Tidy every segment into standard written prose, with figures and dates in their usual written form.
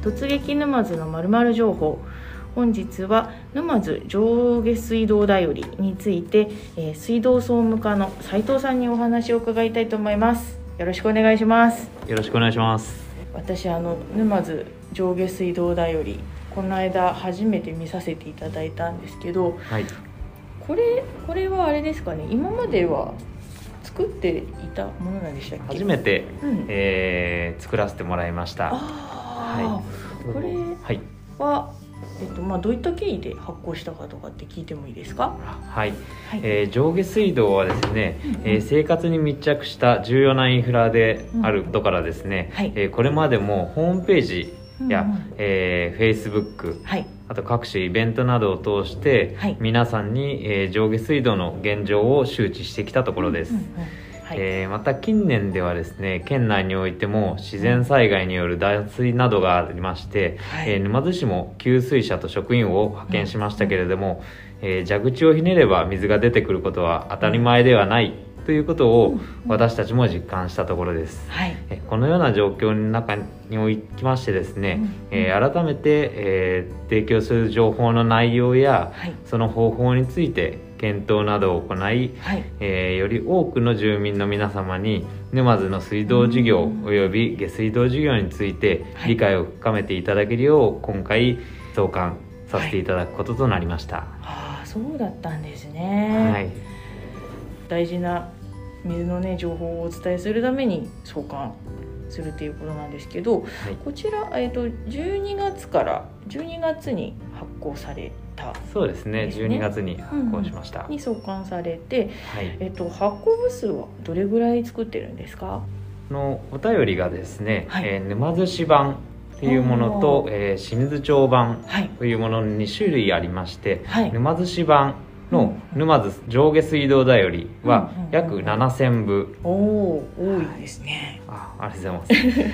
突撃沼津の〇〇情報。本日は沼津上下水道だよりについて、水道総務課の斉藤さんにお話を伺いたいと思います。よろしくお願いします。 よろしくお願いします。 私沼津上下水道だよりこの間初めて見させていただいたんですけど、 はい、 これはあれですかね、今までは作っていたものなんでしたっけ？ 初めて、作らせてもらいました。 これは、どういった経緯で発行したかとかって聞いてもいいですか？ はい、上下水道はですね、生活に密着した重要なインフラであることからですね、これまでもホームページや、Facebook、あと各種イベントなどを通して、皆さんに、上下水道の現状を周知してきたところです。また近年ではですね、県内においても自然災害による断水などがありまして、沼津市も給水車と職員を派遣しましたけれども、蛇口をひねれば水が出てくることは当たり前ではないということを私たちも実感したところです。このような状況の中におきましてですね、改めて、提供する情報の内容や、その方法について検討などを行い、より多くの住民の皆様に沼津の水道事業および下水道事業について理解を深めていただけるよう、今回創刊させていただくこととなりました。 そうだったんですね。大事な水の情報をお伝えするために創刊するということなんですけど、こちら、12月から12月に発行された、 そうですね、12月に発行しました、 に創刊されて、発行部数はどれぐらい作ってるんですか？ お便りがですね、沼津市版というものと、清水町版というものに2種類ありまして、沼津市版の沼津上下水道だよりは約7000部、 多いですね。 ありがとうございます。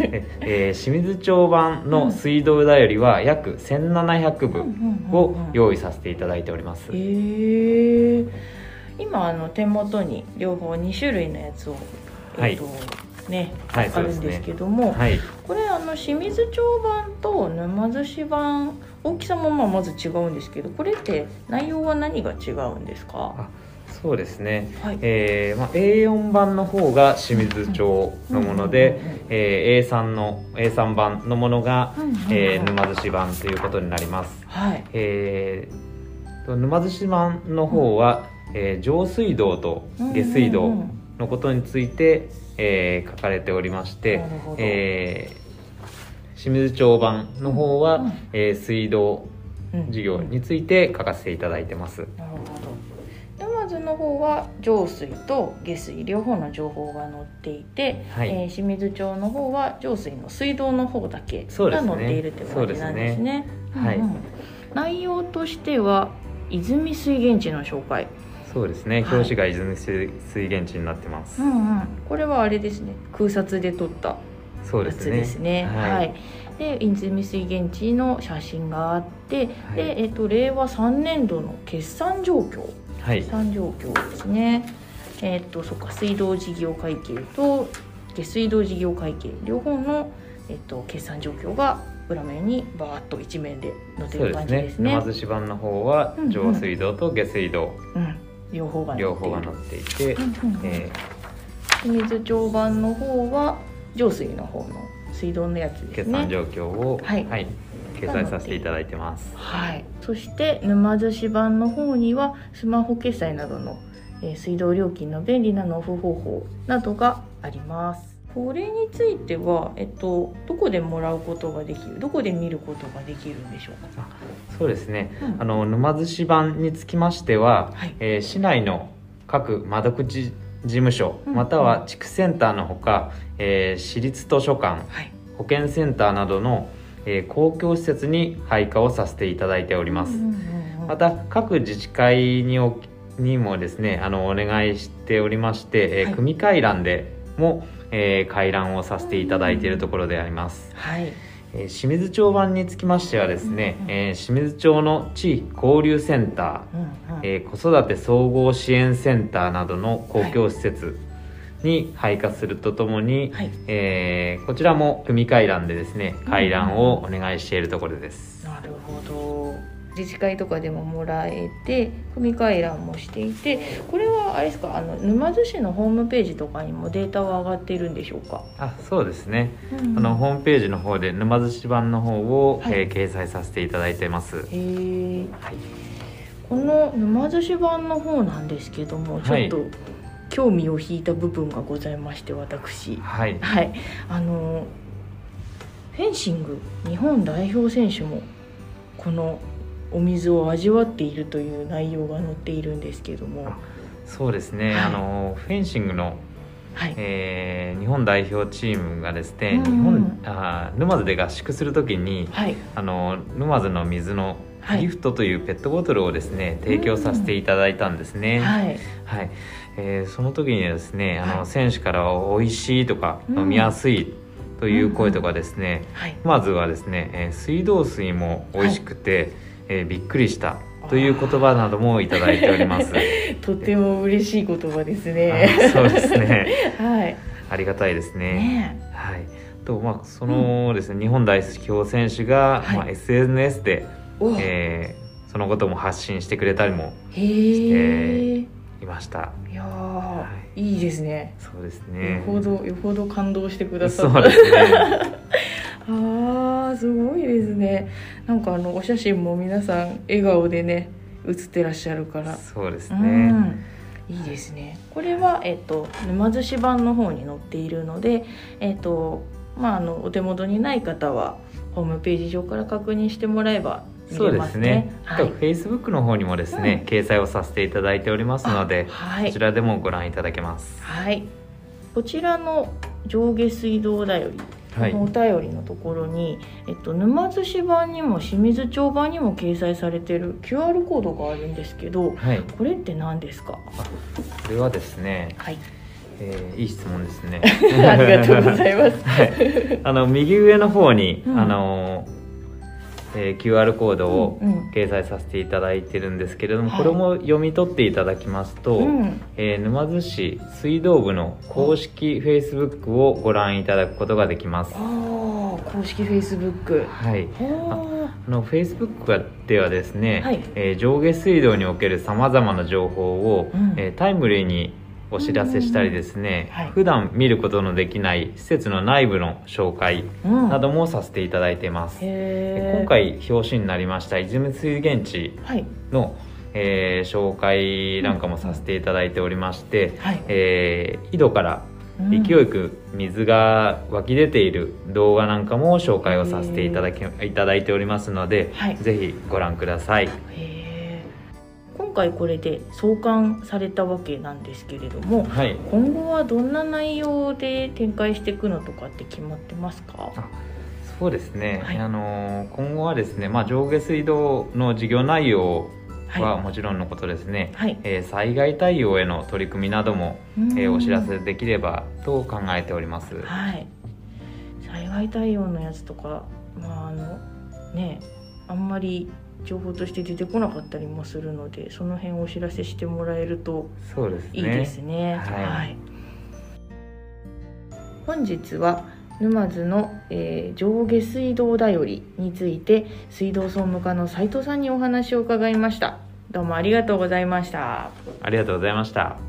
清水町版の水道だよりは約1700部を用意させていただいております。 今手元に両方2種類のやつをあるんですけども、これ清水町版と沼津市版、大きさもまず違うんですけど、これって内容は何が違うんですか？ そうですね、A4 版の方が清水町のもので、A3 版のものが、沼津市版ということになります。沼津市版の方は、上水道と下水道のことについて、書かれておりまして、清水町版の方は、水道事業について書かせていただいてます。 沼津の方は上水と下水両方の情報が載っていて、清水町の方は上水の水道の方だけが載っているという感じなんですね。内容としては泉水源地の紹介。 そうですね、表紙が泉水源地になってます。 これはあれですね、空撮で撮ったやつですね。で泉水源地の写真があって、で令和3年度の決算状況、決算状況ですね。水道事業会計と下水道事業会計両方の、決算状況が裏面にバーッと一面で載ってる感じですね。 沼津市版の方は上水道と下水道、 両方が載っていて、 清水町版の方は上水の方の水道のやつですね。 決算状況を、掲載させていただいてます。 そして沼津市版の方にはスマホ決済などの、水道料金の便利な納付方法などがあります。これについては、どこでもらうことができる、どこで見ることができるんでしょうか？ そうですね、沼津市版につきましては、市内の各窓口事務所、または地区センターのほか、市立図書館、保健センターなどの、公共施設に配下をさせていただいております。また各自治会にもですね、お願いしておりまして、組回覧でも、回覧をさせていただいているところであります。清水町版につきましてはですね、清水町の地域交流センター、子育て総合支援センターなどの公共施設に配下するとともに、こちらも組回覧でですね回覧をお願いしているところです。 なるほど。自治会とかでももらえて組回覧もしていて、これはあれですか、沼津市のホームページとかにもデータは上がっているんでしょうか？ そうですね、ホームページの方で沼津市版の方を、掲載させていただいてます。 この沼津市版の方なんですけども、ちょっと興味を引いた部分がございまして、私フェンシング日本代表選手もこのお水を味わっているという内容が載っているんですけども。 そうですね、フェンシングの、日本代表チームがですね、沼津で合宿するときに、沼津の水のギフトというペットボトルをですね提供させていただいたんですね。その時にですね選手から美味しいとか飲みやすいという声とかですね、まずはですね、水道水も美味しくて、びっくりしたという言葉などもいただいております。 とても嬉しい言葉ですね。 そうですね。ありがたいですね。とそのですね日本代表選手が、SNS で、そのことも発信してくれたりもしていました。 いやいいですね。 そうですね。 よほど感動してくださった。 そうですね。 すごいですね。なんかお写真も皆さん笑顔でね写ってらっしゃるから。 そうですね。 いいですね。これは沼津市版の方に載っているので、お手元にない方はホームページ上から確認してもらえば見れますね。 あと Facebook の方にもですね、掲載をさせていただいておりますので、こちらでもご覧いただけます。 こちらの上下水道だよりお便りのところに、沼津市版にも清水町版にも掲載されている QR コードがあるんですけど、これって何ですか？ これはですね、いい質問ですね。 ありがとうございます。 右上の方に、QR コードを掲載させていただいてるんですけれども、これも読み取っていただきますと、沼津市水道部の公式 Facebook をご覧いただくことができます。 公式 Facebook。 Facebook ではですね、上下水道におけるさまざまな情報を、タイムリーにお知らせしたりですね、普段見ることのできない施設の内部の紹介などもさせていただいています。今回表紙になりました泉水源地の、紹介なんかもさせていただいておりまして、井戸から勢いよく水が湧き出ている動画なんかも紹介をさせていただいておりますので、ぜひご覧ください。 今回これで創刊されたわけなんですけれども、今後はどんな内容で展開していくのとかって決まってますか？ そうですね、今後はですね、上下水道の事業内容はもちろんのことですね、災害対応への取り組みなども、お知らせできればと考えております。 災害対応のやつとか、あんまり情報として出てこなかったりもするので、その辺をお知らせしてもらえるといいですね。本日は沼津の、上下水道だよりについて水道総務課の斉藤さんにお話を伺いました。どうもありがとうございました。 ありがとうございました。